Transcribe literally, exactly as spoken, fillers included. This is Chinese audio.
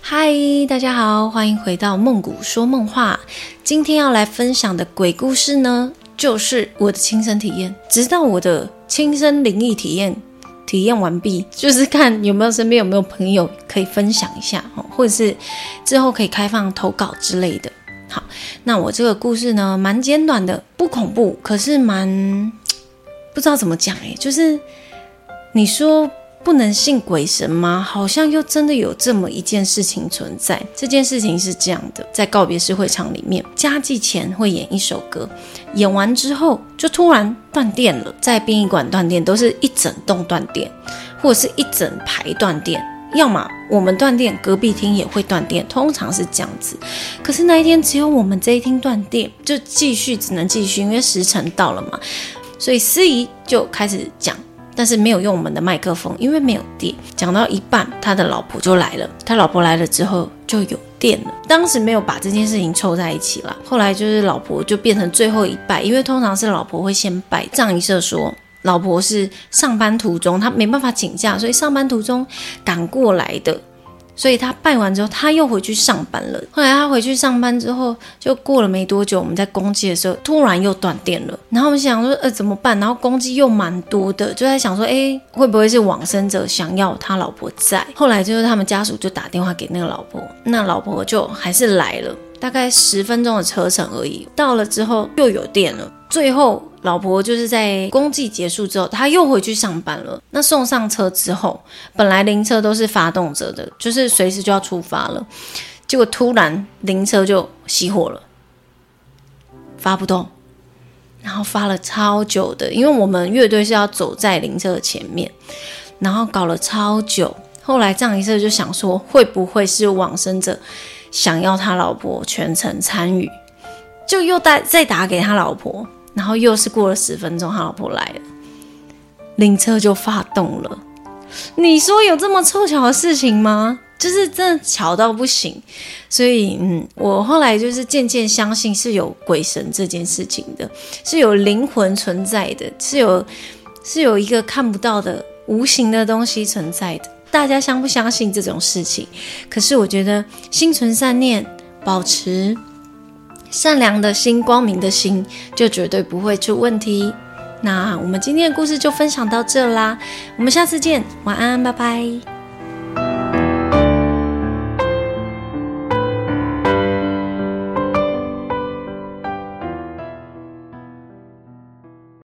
嗨，大家好，欢迎回到梦谷说梦话。今天要来分享的鬼故事呢，就是我的亲身体验。直到我的亲身灵异体验体验完毕，就是看有没有身边有没有朋友可以分享一下，或者是之后可以开放投稿之类的。好，那我这个故事呢，蛮简短的，不恐怖，可是蛮不知道怎么讲欸，就是你说不能信鬼神吗？好像又真的有这么一件事情存在。这件事情是这样的，在告别式会场里面，家祭前会演一首歌，演完之后就突然断电了。在殡仪馆断电都是一整栋断电，或者是一整排断电，要么我们断电，隔壁厅也会断电，通常是这样子。可是那一天只有我们这一厅断电，就继续只能继续，因为时辰到了嘛，所以司仪就开始讲，但是没有用我们的麦克风，因为没有电。讲到一半，他的老婆就来了。他老婆来了之后就有电了。当时没有把这件事情凑在一起啦。后来就是老婆就变成最后一拜，因为通常是老婆会先拜。葬仪社说老婆是上班途中，她没办法请假，所以上班途中赶过来的。所以他拜完之后，他又回去上班了。后来他回去上班之后，就过了没多久，我们在公祭的时候，突然又断电了。然后我们想说，呃，怎么办？然后公祭又蛮多的，就在想说，哎，会不会是往生者想要他老婆在？后来就是他们家属就打电话给那个老婆，那老婆就还是来了，大概十分钟的车程而已。到了之后又有电了，最后老婆就是在公祭结束之后，她又回去上班了。那送上车之后，本来灵车都是发动着的，就是随时就要出发了，结果突然灵车就熄火了，发不动，然后发了超久的，因为我们乐队是要走在灵车的前面，然后搞了超久。后来葬仪社就想说，会不会是往生者想要他老婆全程参与，就又再打给他老婆。然后又是过了十分钟，他老婆来了，灵车就发动了。你说有这么凑巧的事情吗？就是真的巧到不行。所以，嗯，我后来就是渐渐相信是有鬼神这件事情的，是有灵魂存在的，是有是有一个看不到的无形的东西存在的。大家相不相信这种事情？可是我觉得心存善念，保持善良的心，光明的心，就绝对不会出问题。那我们今天的故事就分享到这啦，我们下次见，晚安，拜拜。